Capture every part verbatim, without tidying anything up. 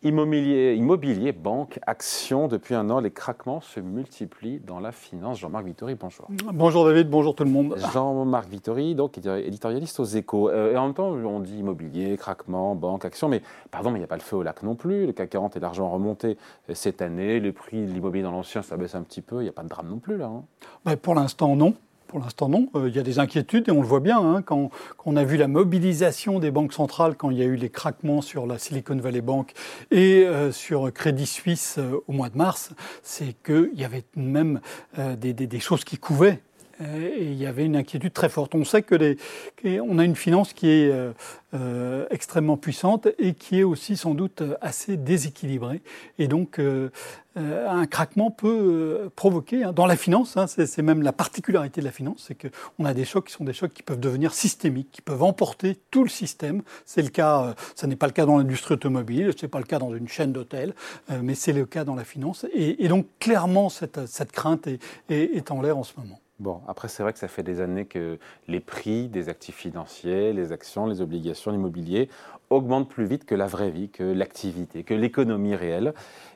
Immobilier, immobilier, banque, actions, depuis un an, les craquements se multiplient dans la finance. Jean-Marc Vittori, bonjour. Bonjour David, bonjour tout le monde. Jean-Marc Vittori, donc éditorialiste aux Échos. Euh, et en même temps, on dit immobilier, craquements, banque, actions, mais pardon, mais il n'y a pas le feu au lac non plus. Le C A C quarante est largement remonté cette année. Le prix de l'immobilier dans l'ancien, ça baisse un petit peu. Il n'y a pas de drame non plus là. Hein. Ben, pour l'instant, non. Pour l'instant, non. Euh, il y a des inquiétudes et on le voit bien hein, quand, quand on a vu la mobilisation des banques centrales, quand il y a eu les craquements sur la Silicon Valley Bank et euh, sur Crédit Suisse euh, au mois de mars, c'est qu'il y avait même euh, des, des, des choses qui couvaient. Et il y avait une inquiétude très forte. On sait que les, qu'on a une finance qui est euh, euh, extrêmement puissante et qui est aussi sans doute assez déséquilibrée. Et donc, euh, euh, un craquement peut euh, provoquer, hein, dans la finance, hein, c'est, c'est même la particularité de la finance, c'est qu'on a des chocs qui sont des chocs qui peuvent devenir systémiques, qui peuvent emporter tout le système. C'est le cas, euh, ça n'est pas le cas dans l'industrie automobile, ce n'est pas le cas dans une chaîne d'hôtels, euh, mais c'est le cas dans la finance. Et, et donc, clairement, cette, cette crainte est, est, est en l'air en ce moment. Bon, après, c'est vrai que ça fait des années que les prix des actifs financiers, les actions, les obligations, l'immobilier augmentent plus vite que la vraie vie, que l'activité, que l'économie réelle.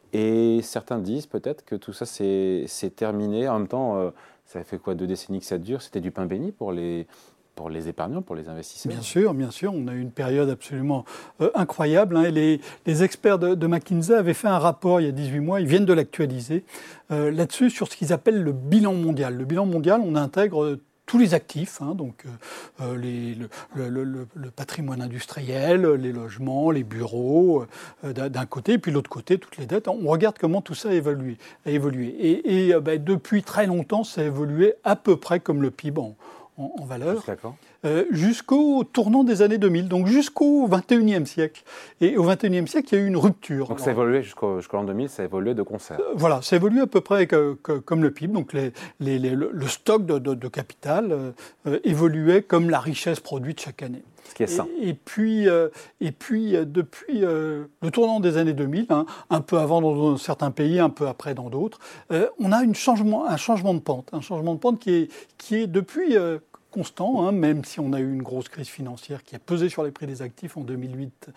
Et certains disent peut-être que tout ça, c'est, c'est terminé. En même temps, euh, ça fait quoi, deux décennies que ça dure? C'était du pain béni pour les... pour les épargnants, pour les investisseurs. Bien sûr, bien sûr. On a eu une période absolument euh, incroyable. Hein, et les, les experts de, de McKinsey avaient fait un rapport il y a dix-huit mois, ils viennent de l'actualiser, euh, là-dessus sur ce qu'ils appellent le bilan mondial. Le bilan mondial, on intègre euh, tous les actifs, hein, donc euh, les, le, le, le, le patrimoine industriel, les logements, les bureaux, euh, d'un côté, et puis de l'autre côté, toutes les dettes. On regarde comment tout ça a évolué. A évolué. Et, et euh, ben, depuis très longtemps, ça a évolué à peu près comme le P I B en En, en valeur, euh, jusqu'au tournant des années deux mille, donc jusqu'au vingt et unième siècle. Et au vingt et unième siècle, il y a eu une rupture. Donc ça a évolué jusqu'au, jusqu'au l'an deux mille, ça a évolué de concert. Euh, voilà, ça a évolué à peu près que, que, comme le P I B, donc les, les, les, le, le stock de, de, de capital euh, évoluait comme la richesse produite chaque année. Ce qui est sain. Et, et puis, euh, et puis euh, depuis euh, le tournant des années deux mille, hein, un peu avant dans certains pays, un peu après dans d'autres, euh, on a une changement, un changement de pente, un changement de pente qui est, qui est depuis euh, constant, hein, même si on a eu une grosse crise financière qui a pesé sur les prix des actifs en deux mille huit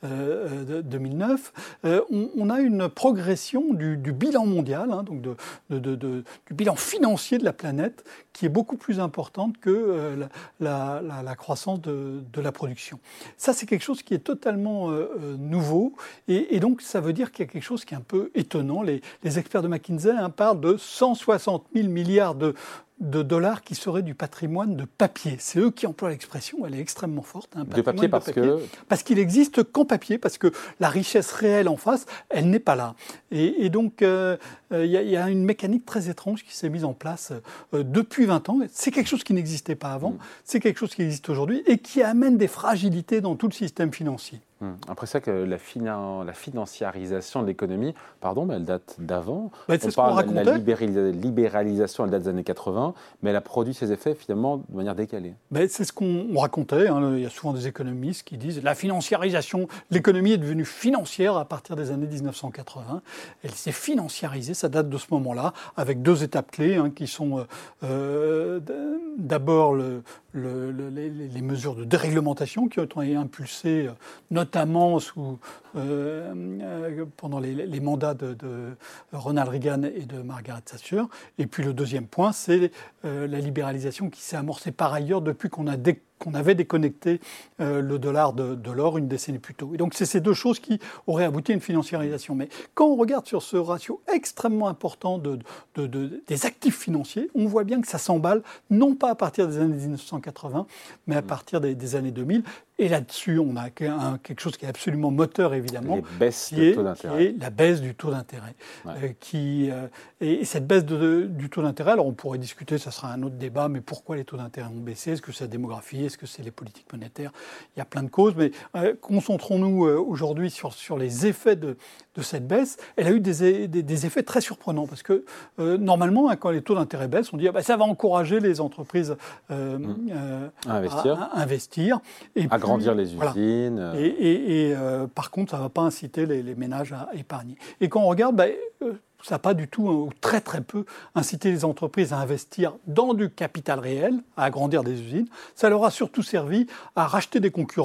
deux mille neuf, euh, on, on a une progression du, du bilan mondial, hein, donc de, de, de, de, du bilan financier de la planète, qui est beaucoup plus importante que euh, la, la, la croissance de, de la production. Ça, c'est quelque chose qui est totalement euh, nouveau, et, et donc ça veut dire qu'il y a quelque chose qui est un peu étonnant. Les, les experts de McKinsey hein, parlent de cent soixante mille milliards de de dollars qui seraient du patrimoine de papier. C'est eux qui emploient l'expression, elle est extrêmement forte. Hein, de papier parce papier, que... Parce qu'il n'existe qu'en papier, parce que la richesse réelle en face, elle n'est pas là. Et, et donc, il euh, euh, y, y a une mécanique très étrange qui s'est mise en place euh, depuis vingt ans. C'est quelque chose qui n'existait pas avant, mmh. c'est quelque chose qui existe aujourd'hui et qui amène des fragilités dans tout le système financier. Après ça, que la, finan- la financiarisation de l'économie, pardon, mais elle date d'avant. Bah, on parle de la libéralis- libéralisation, elle date des années quatre-vingts, mais elle a produit ses effets finalement de manière décalée. Bah, c'est ce qu'on racontait. Hein. Il y a souvent des économistes qui disent la financiarisation, l'économie est devenue financière à partir des années dix-neuf cent quatre-vingts. Elle s'est financiarisée, ça date de ce moment-là, avec deux étapes clés hein, qui sont euh, d'abord le, le, le, les, les mesures de déréglementation qui ont été impulsées notamment notamment sous, euh, euh, pendant les, les mandats de, de Ronald Reagan et de Margaret Thatcher. Et puis le deuxième point, c'est euh, la libéralisation qui s'est amorcée par ailleurs depuis qu'on a dé- qu'on avait déconnecté euh, le dollar de, de l'or une décennie plus tôt. Et donc c'est ces deux choses qui auraient abouti à une financiarisation. Mais quand on regarde sur ce ratio extrêmement important de, de, de, des actifs financiers, on voit bien que ça s'emballe, non pas à partir des années dix-neuf cent quatre-vingts, mais à partir des, des années deux mille. Et là-dessus, on a un, quelque chose qui est absolument moteur, évidemment, Les baisses qui, de est, taux d'intérêt. qui est la baisse du taux d'intérêt. Ouais. Euh, qui, euh, et, et cette baisse de, de, du taux d'intérêt, alors on pourrait discuter, ça sera un autre débat, mais pourquoi les taux d'intérêt ont baissé? Est-ce que c'est la démographie? Est-ce que c'est les politiques monétaires? Il y a plein de causes, mais euh, concentrons-nous euh, aujourd'hui sur, sur les effets de, de cette baisse. Elle a eu des, des, des effets très surprenants, parce que euh, normalement, hein, quand les taux d'intérêt baissent, on dit ah, bah, ça va encourager les entreprises euh, mmh. euh, à investir, à, à investir. Et agrandir puis, les usines. Voilà. Et, et, et euh, par contre, ça ne va pas inciter les, les ménages à épargner. Et quand on regarde, bah, euh, ça n'a pas du tout, ou très très peu, incité les entreprises à investir dans du capital réel, à agrandir des usines. Ça leur a surtout servi à racheter des concurrents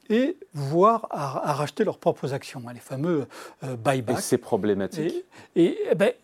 et voire à, à racheter leurs propres actions, hein, les fameux euh, buybacks. Et c'est problématique. Et, et eh ben,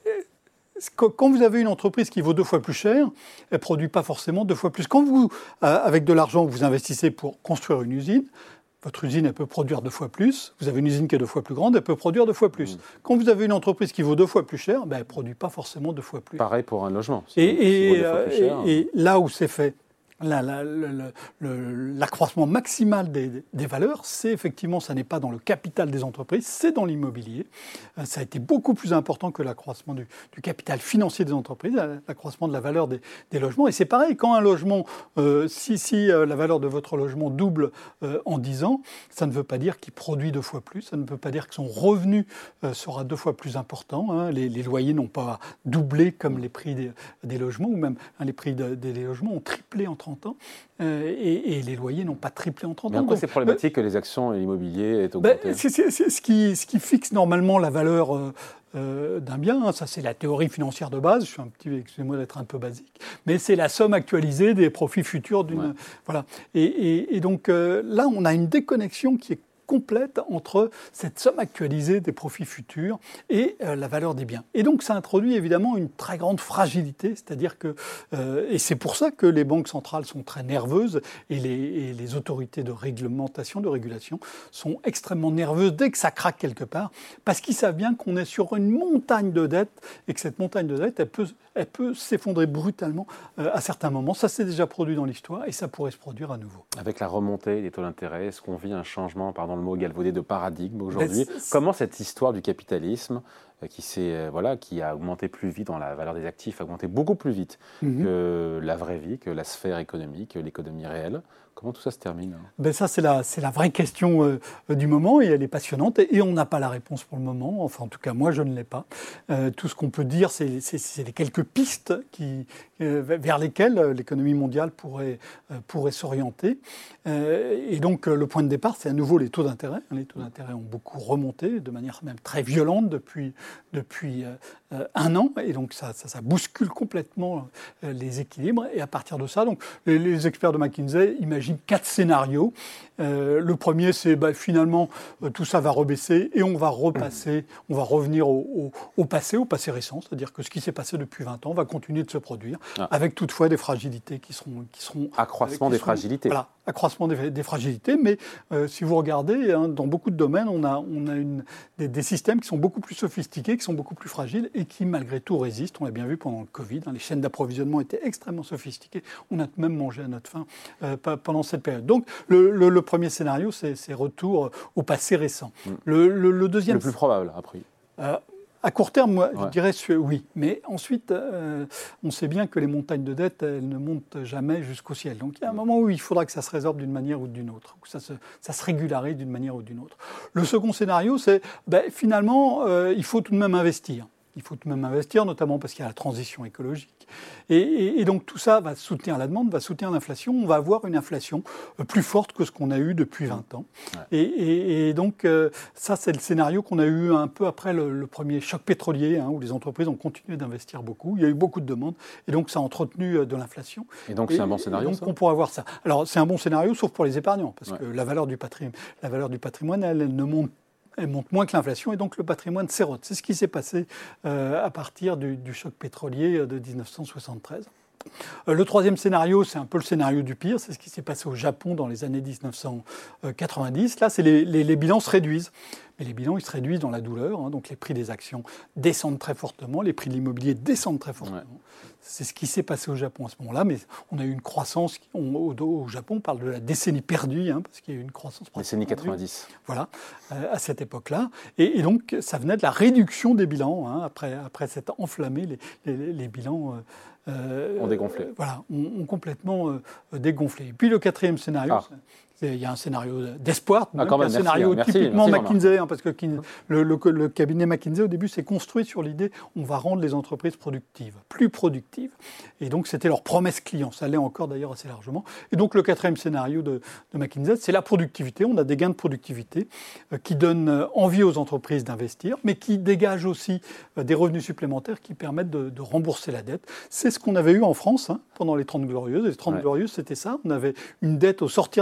quand vous avez une entreprise qui vaut deux fois plus cher, elle ne produit pas forcément deux fois plus. Quand vous, euh, avec de l'argent, vous investissez pour construire une usine, votre usine, elle peut produire deux fois plus. Vous avez une usine qui est deux fois plus grande, elle peut produire deux fois plus. Mmh. Quand vous avez une entreprise qui vaut deux fois plus cher, ben, elle ne produit pas forcément deux fois plus. Pareil pour un logement. Si et, et, euh, cher, et, et là où c'est fait, La, la, le, le, l'accroissement maximal des, des valeurs, c'est effectivement, ça n'est pas dans le capital des entreprises, c'est dans l'immobilier. Euh, ça a été beaucoup plus important que l'accroissement du, du capital financier des entreprises, l'accroissement de la valeur des, des logements. Et c'est pareil, quand un logement, euh, si, si euh, la valeur de votre logement double euh, en dix ans, ça ne veut pas dire qu'il produit deux fois plus, ça ne veut pas dire que son revenu euh, sera deux fois plus important. Hein. Les, les loyers n'ont pas doublé comme les prix des, des logements, ou même hein, les prix de, des logements ont triplé en trente ans, euh, et, et les loyers n'ont pas triplé en trente Mais ans. pourquoi c'est problématique euh, que les actions et l'immobilier aient augmenté ben, c'est, c'est, c'est ce, qui, ce qui fixe normalement la valeur euh, euh, d'un bien. Hein. Ça, c'est la théorie financière de base. Je suis un petit, excusez-moi d'être un peu basique, mais c'est la somme actualisée des profits futurs d'une. Ouais. Voilà. Et, et, et donc euh, là, on a une déconnexion qui est complète entre cette somme actualisée des profits futurs et euh, la valeur des biens. Et donc ça introduit évidemment une très grande fragilité, c'est-à-dire que, euh, et c'est pour ça que les banques centrales sont très nerveuses et les, et les autorités de réglementation, de régulation sont extrêmement nerveuses dès que ça craque quelque part, parce qu'ils savent bien qu'on est sur une montagne de dettes et que cette montagne de dettes, elle peut, elle peut s'effondrer brutalement euh, à certains moments. Ça s'est déjà produit dans l'histoire et ça pourrait se produire à nouveau. Avec la remontée des taux d'intérêt, est-ce qu'on vit un changement, pardon le mot galvaudé, de paradigme aujourd'hui? Comment cette histoire du capitalisme euh, qui, s'est, euh, voilà, qui a augmenté plus vite dans la valeur des actifs, a augmenté beaucoup plus vite mm-hmm. que la vraie vie, que la sphère économique, que l'économie réelle, comment tout ça se termine? Ben ça, c'est la, c'est la vraie question euh, du moment et elle est passionnante et, et on n'a pas la réponse pour le moment. Enfin, en tout cas, moi, je ne l'ai pas. Euh, tout ce qu'on peut dire, c'est, c'est, c'est les quelques pistes qui, euh, vers lesquelles l'économie mondiale pourrait, euh, pourrait s'orienter. Euh, et donc, euh, le point de départ, c'est à nouveau les taux d'intérêt. Les taux d'intérêt ont beaucoup remonté de manière même très violente depuis, depuis euh, un an. Et donc, ça, ça, ça bouscule complètement euh, les équilibres. Et à partir de ça, donc, les, les experts de McKinsey imaginent quatre scénarios. Euh, le premier, c'est bah, finalement, euh, tout ça va rebaisser et on va repasser, on va revenir au, au, au passé, au passé récent, c'est-à-dire que ce qui s'est passé depuis vingt ans va continuer de se produire, ah. avec toutefois des fragilités qui seront... Qui seront accroissement qui des seront, fragilités. Voilà, accroissement des, des fragilités, mais euh, si vous regardez, hein, dans beaucoup de domaines, on a, on a une, des, des systèmes qui sont beaucoup plus sophistiqués, qui sont beaucoup plus fragiles et qui, malgré tout, résistent. On l'a bien vu pendant le Covid, hein, les chaînes d'approvisionnement étaient extrêmement sophistiquées, on a même mangé à notre faim euh, pendant cette période. Donc, le, le, le premier scénario, c'est, c'est retour au passé récent. Mmh. Le, le, le deuxième... Le plus probable, après. Euh, à court terme, moi, ouais. je dirais oui. Mais ensuite, euh, on sait bien que les montagnes de dettes, elles ne montent jamais jusqu'au ciel. Donc, il y a un moment où il faudra que ça se résorbe d'une manière ou d'une autre, que ça se, ça se régularise d'une manière ou d'une autre. Le second scénario, c'est, ben, finalement, euh, il faut tout de même investir. Il faut tout de même investir, notamment parce qu'il y a la transition écologique. Et, et, et donc tout ça va soutenir la demande, va soutenir l'inflation. On va avoir une inflation plus forte que ce qu'on a eu depuis vingt ans. Ouais. Et, et, et donc euh, ça, c'est le scénario qu'on a eu un peu après le, le premier choc pétrolier, hein, où les entreprises ont continué d'investir beaucoup. Il y a eu beaucoup de demandes. Et donc ça a entretenu de l'inflation. Et donc c'est et, un bon scénario, donc ça on pourrait avoir ça. Alors c'est un bon scénario, sauf pour les épargnants, parce ouais. que la valeur du patrimoine, la valeur du patrimoine, elle, elle ne monte elle monte moins que l'inflation et donc le patrimoine s'érode. C'est ce qui s'est passé euh, à partir du, du choc pétrolier de dix-neuf cent soixante-treize. Euh, le troisième scénario, c'est un peu le scénario du pire, c'est ce qui s'est passé au Japon dans les années dix-neuf cent quatre-vingt-dix. Là, c'est les, les, les bilans se réduisent. Mais les bilans, ils se réduisent dans la douleur. Hein, donc les prix des actions descendent très fortement, les prix de l'immobilier descendent très fortement. Ouais. C'est ce qui s'est passé au Japon à ce moment-là. Mais on a eu une croissance, on, au, au Japon, on parle de la décennie perdue, hein, parce qu'il y a eu une croissance... Décennie quatre-vingt-dix. Voilà, euh, à cette époque-là. Et, et donc, ça venait de la réduction des bilans. Hein, après, après s'être enflammé, les, les, les bilans... Euh, Euh, on dégonflé. Euh, voilà, on, on complètement euh, dégonflé. Et puis le quatrième scénario, ah. il y a un scénario d'espoir, ah, même, un merci, scénario merci, typiquement merci, McKinsey, hein, parce que le, le, le cabinet McKinsey au début s'est construit sur l'idée on va rendre les entreprises productives, plus productives. Et donc c'était leur promesse client, ça l'est encore d'ailleurs assez largement. Et donc le quatrième scénario de, de McKinsey, c'est la productivité. On a des gains de productivité euh, qui donnent euh, envie aux entreprises d'investir, mais qui dégagent aussi euh, des revenus supplémentaires qui permettent de, de rembourser la dette. C'est ce qu'on avait eu en France hein, pendant les trente Glorieuses. Les trente ouais. Glorieuses, c'était ça. On avait une dette au sortir de la Seconde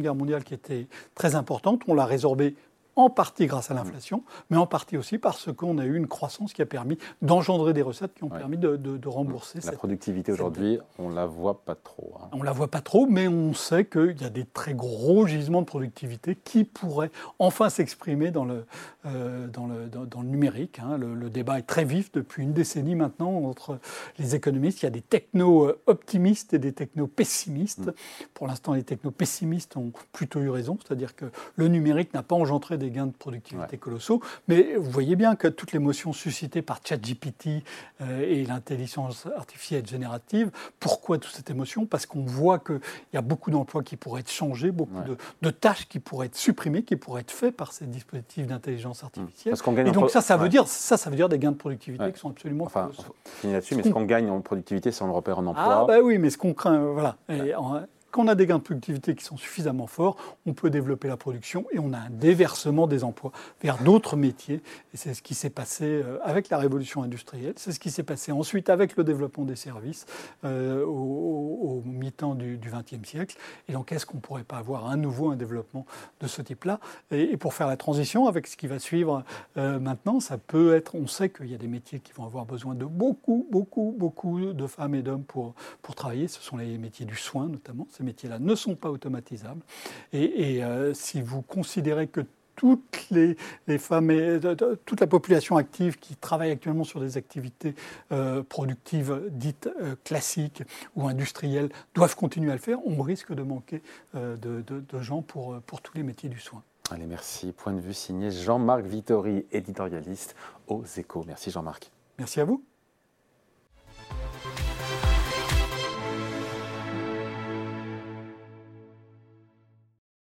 Guerre mondiale qui était très importante. On l'a résorbée en partie grâce à l'inflation, mais en partie aussi parce qu'on a eu une croissance qui a permis d'engendrer des recettes qui ont ouais. permis de, de, de rembourser. La cette, productivité aujourd'hui, on ne la voit pas trop. Hein. On ne la voit pas trop, mais on sait qu'il y a des très gros gisements de productivité qui pourraient enfin s'exprimer dans le, euh, dans le, dans, dans le numérique. Hein. Le, le débat est très vif depuis une décennie maintenant entre les économistes. Il y a des techno-optimistes et des techno-pessimistes. Mmh. Pour l'instant, les techno-pessimistes ont plutôt eu raison, c'est-à-dire que le numérique n'a pas engendré des gains de productivité ouais. colossaux, mais vous voyez bien que toute l'émotion suscitée par ChatGPT euh, et l'intelligence artificielle générative, pourquoi toute cette émotion ? Parce qu'on voit qu'il y a beaucoup d'emplois qui pourraient être changés, beaucoup ouais. de, de tâches qui pourraient être supprimées, qui pourraient être faites par ces dispositifs d'intelligence artificielle. Mmh. Et donc ça, ça veut, ouais. dire, ça, ça veut dire des gains de productivité ouais. qui sont absolument enfin, colossaux. On finit là-dessus, mais ce qu'on gagne en productivité, c'est on le repère en emploi. Ah bah oui, mais ce qu'on craint, voilà. Et, en, Quand on a des gains de productivité qui sont suffisamment forts, on peut développer la production et on a un déversement des emplois vers d'autres métiers. Et c'est ce qui s'est passé avec la révolution industrielle, c'est ce qui s'est passé ensuite avec le développement des services euh, au, au mi-temps du vingtième siècle. Et donc, est-ce qu'on ne pourrait pas avoir à nouveau un développement de ce type-là ? et, et pour faire la transition avec ce qui va suivre euh, maintenant, ça peut être, on sait qu'il y a des métiers qui vont avoir besoin de beaucoup, beaucoup, beaucoup de femmes et d'hommes pour, pour travailler. Ce sont les métiers du soin notamment. Ces métiers-là ne sont pas automatisables. Et, et euh, si vous considérez que toutes les, les femmes et de, de, toute la population active qui travaille actuellement sur des activités euh, productives dites euh, classiques ou industrielles doivent continuer à le faire, on risque de manquer euh, de, de, de gens pour, pour tous les métiers du soin. Allez, merci. Point de vue signé Jean-Marc Vittori, éditorialiste aux Échos. Merci Jean-Marc. Merci à vous.